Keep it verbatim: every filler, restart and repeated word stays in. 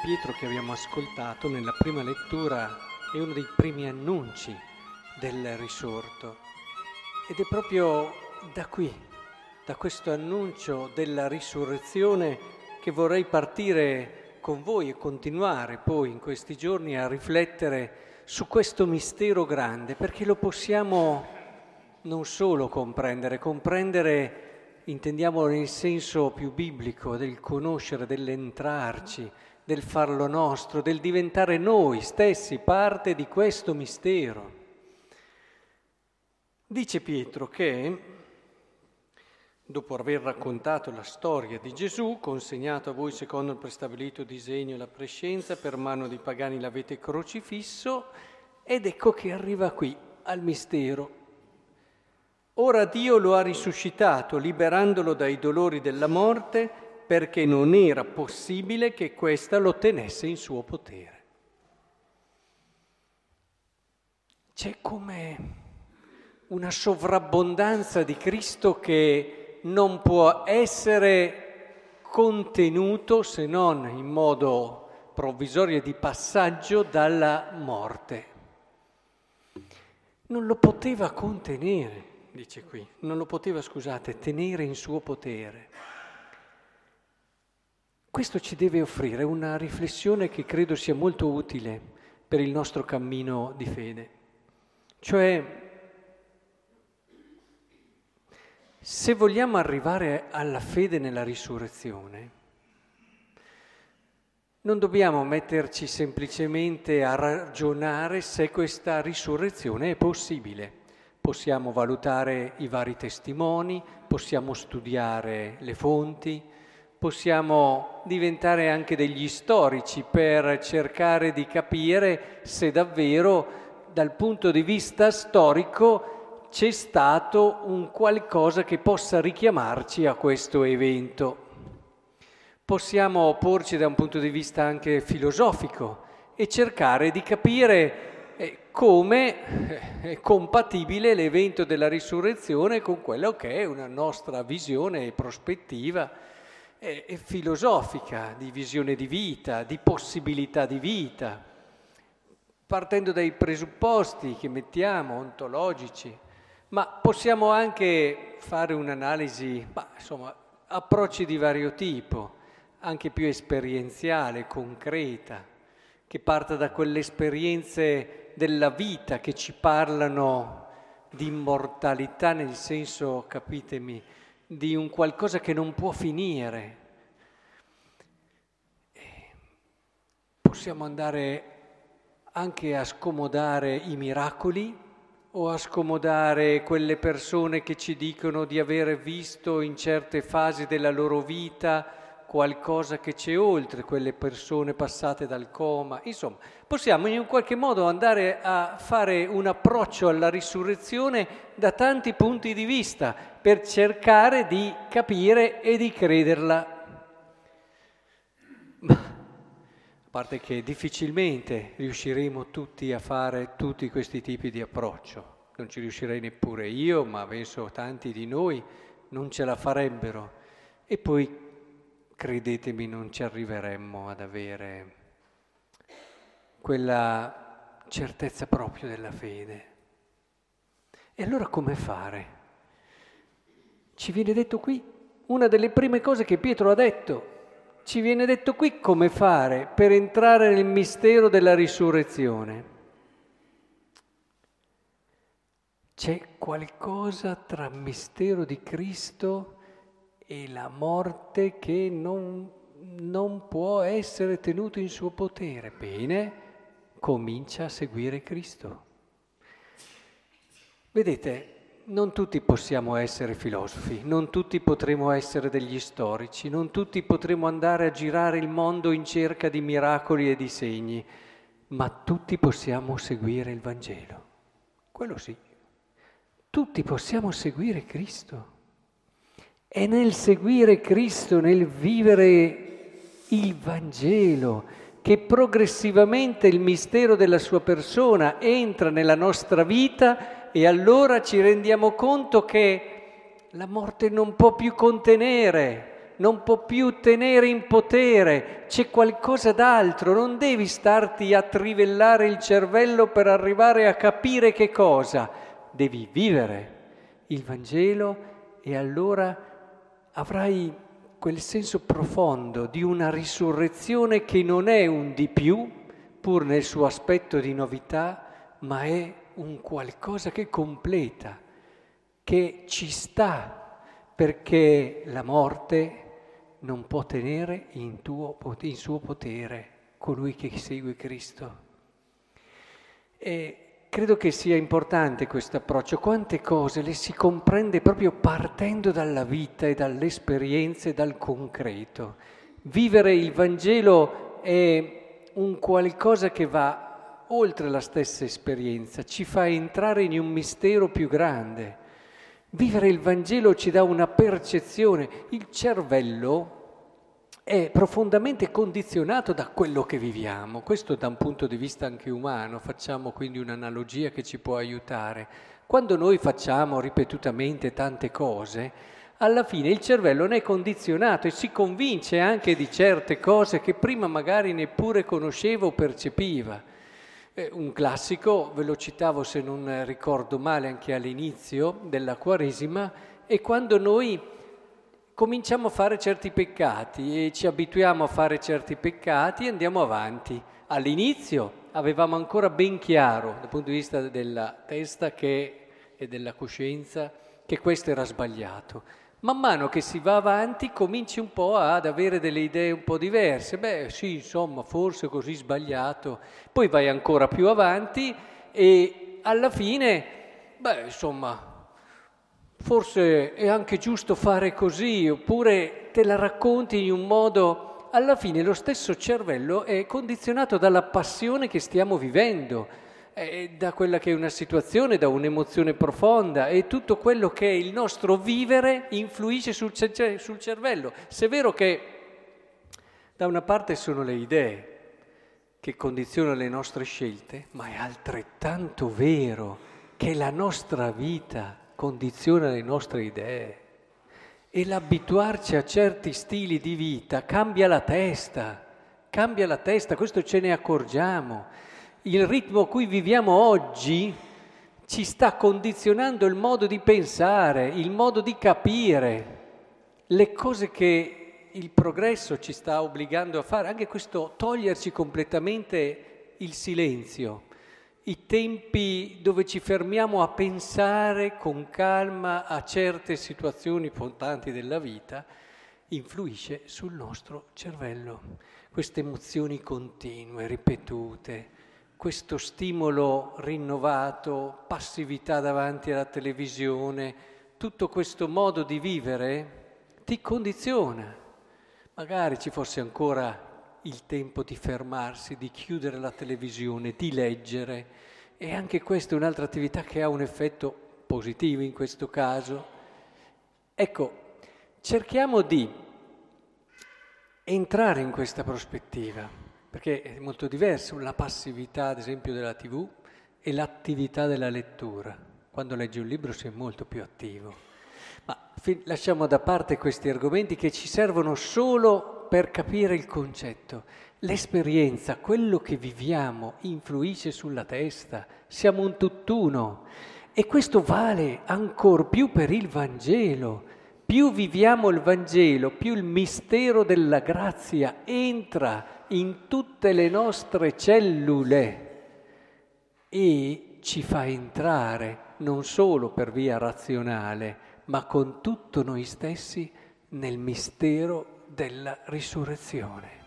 Pietro che abbiamo ascoltato nella prima lettura è uno dei primi annunci del risorto ed è proprio da qui, da questo annuncio della risurrezione che vorrei partire con voi e continuare poi in questi giorni a riflettere su questo mistero grande, perché lo possiamo non solo comprendere, comprendere intendiamolo nel senso più biblico del conoscere, dell'entrarci, del farlo nostro, del diventare noi stessi parte di questo mistero. Dice Pietro che, dopo aver raccontato la storia di Gesù, consegnato a voi secondo il prestabilito disegno e la prescienza, per mano dei pagani l'avete crocifisso, ed ecco che arriva qui, al mistero. Ora Dio lo ha risuscitato, liberandolo dai dolori della morte, perché non era possibile che questa lo tenesse in suo potere. C'è come una sovrabbondanza di Cristo che non può essere contenuto, se non in modo provvisorio e di passaggio, dalla morte. Non lo poteva contenere. Dice qui, non lo poteva, scusate, tenere in suo potere. Questo ci deve offrire una riflessione che credo sia molto utile per il nostro cammino di fede. Cioè, se vogliamo arrivare alla fede nella risurrezione, non dobbiamo metterci semplicemente a ragionare se questa risurrezione è possibile. Possiamo valutare i vari testimoni, possiamo studiare le fonti, possiamo diventare anche degli storici per cercare di capire se davvero dal punto di vista storico c'è stato un qualcosa che possa richiamarci a questo evento. Possiamo porci da un punto di vista anche filosofico e cercare di capire come è compatibile l'evento della risurrezione con quello che è una nostra visione e prospettiva e, e filosofica, di visione di vita, di possibilità di vita, partendo dai presupposti che mettiamo, ontologici, ma possiamo anche fare un'analisi, ma, insomma, approcci di vario tipo, anche più esperienziale, concreta, che parta da quelle esperienze della vita che ci parlano di immortalità nel senso, capitemi, di un qualcosa che non può finire. Possiamo andare anche a scomodare i miracoli o a scomodare quelle persone che ci dicono di aver visto in certe fasi della loro vita qualcosa che c'è oltre quelle persone passate dal coma. Insomma, possiamo in un qualche modo andare a fare un approccio alla risurrezione da tanti punti di vista per cercare di capire e di crederla. Ma a parte che difficilmente riusciremo tutti a fare tutti questi tipi di approccio. Non ci riuscirei neppure io, ma penso tanti di noi non ce la farebbero. E poi credetemi, non ci arriveremmo ad avere quella certezza proprio della fede. E allora come fare? Ci viene detto qui, una delle prime cose che Pietro ha detto, ci viene detto qui come fare per entrare nel mistero della risurrezione. C'è qualcosa tra il mistero di Cristo e la morte che non, non può essere tenuto in suo potere. Bene, comincia a seguire Cristo. Vedete, non tutti possiamo essere filosofi, non tutti potremo essere degli storici, non tutti potremo andare a girare il mondo in cerca di miracoli e di segni, ma tutti possiamo seguire il Vangelo. Quello sì. Tutti possiamo seguire Cristo. È nel seguire Cristo, nel vivere il Vangelo, che progressivamente il mistero della sua persona entra nella nostra vita e allora ci rendiamo conto che la morte non può più contenere non può più tenere in potere, c'è qualcosa d'altro, non devi starti a trivellare il cervello per arrivare a capire che cosa, devi vivere il Vangelo e allora avrai quel senso profondo di una risurrezione che non è un di più, pur nel suo aspetto di novità, ma è un qualcosa che completa, che ci sta, perché la morte non può tenere in, tuo, in suo potere colui che segue Cristo. E credo che sia importante questo approccio. Quante cose le si comprende proprio partendo dalla vita e dall'esperienza e dal concreto. Vivere il Vangelo è un qualcosa che va oltre la stessa esperienza, ci fa entrare in un mistero più grande. Vivere il Vangelo ci dà una percezione. Il cervello è profondamente condizionato da quello che viviamo. Questo da un punto di vista anche umano. Facciamo quindi un'analogia che ci può aiutare. Quando noi facciamo ripetutamente tante cose, alla fine il cervello ne è condizionato e si convince anche di certe cose che prima magari neppure conosceva o percepiva. Eh, un classico, ve lo citavo se non ricordo male anche all'inizio della Quaresima, è quando noi cominciamo a fare certi peccati e ci abituiamo a fare certi peccati e andiamo avanti. All'inizio avevamo ancora ben chiaro, dal punto di vista della testa che, e della coscienza, che questo era sbagliato. Man mano che si va avanti cominci un po' ad avere delle idee un po' diverse. Beh sì, insomma, forse così sbagliato. Poi vai ancora più avanti e alla fine, beh insomma, forse è anche giusto fare così, oppure te la racconti in un modo. Alla fine lo stesso cervello è condizionato dalla passione che stiamo vivendo, eh, da quella che è una situazione, da un'emozione profonda, e tutto quello che è il nostro vivere influisce sul, ce- sul cervello. Se è vero che da una parte sono le idee che condizionano le nostre scelte, ma è altrettanto vero che la nostra vita condiziona le nostre idee. E l'abituarci a certi stili di vita cambia la testa, cambia la testa, questo ce ne accorgiamo. Il ritmo a cui viviamo oggi ci sta condizionando il modo di pensare, il modo di capire, le cose che il progresso ci sta obbligando a fare, anche questo toglierci completamente il silenzio, i tempi dove ci fermiamo a pensare con calma a certe situazioni importanti della vita, influisce sul nostro cervello. Queste emozioni continue, ripetute, questo stimolo rinnovato, passività davanti alla televisione, tutto questo modo di vivere ti condiziona. Magari ci fosse ancora il tempo di fermarsi, di chiudere la televisione, di leggere, e anche questa è un'altra attività che ha un effetto positivo in questo caso. Ecco, cerchiamo di entrare in questa prospettiva, perché è molto diverso la passività, ad esempio, della tivù e l'attività della lettura. Quando leggi un libro sei molto più attivo. Ma fi- lasciamo da parte questi argomenti che ci servono solo per capire il concetto. L'esperienza, quello che viviamo, influisce sulla testa, siamo un tutt'uno. E questo vale ancor più per il Vangelo. Più viviamo il Vangelo, più il mistero della grazia entra in tutte le nostre cellule e ci fa entrare non solo per via razionale, ma con tutto noi stessi nel mistero della risurrezione.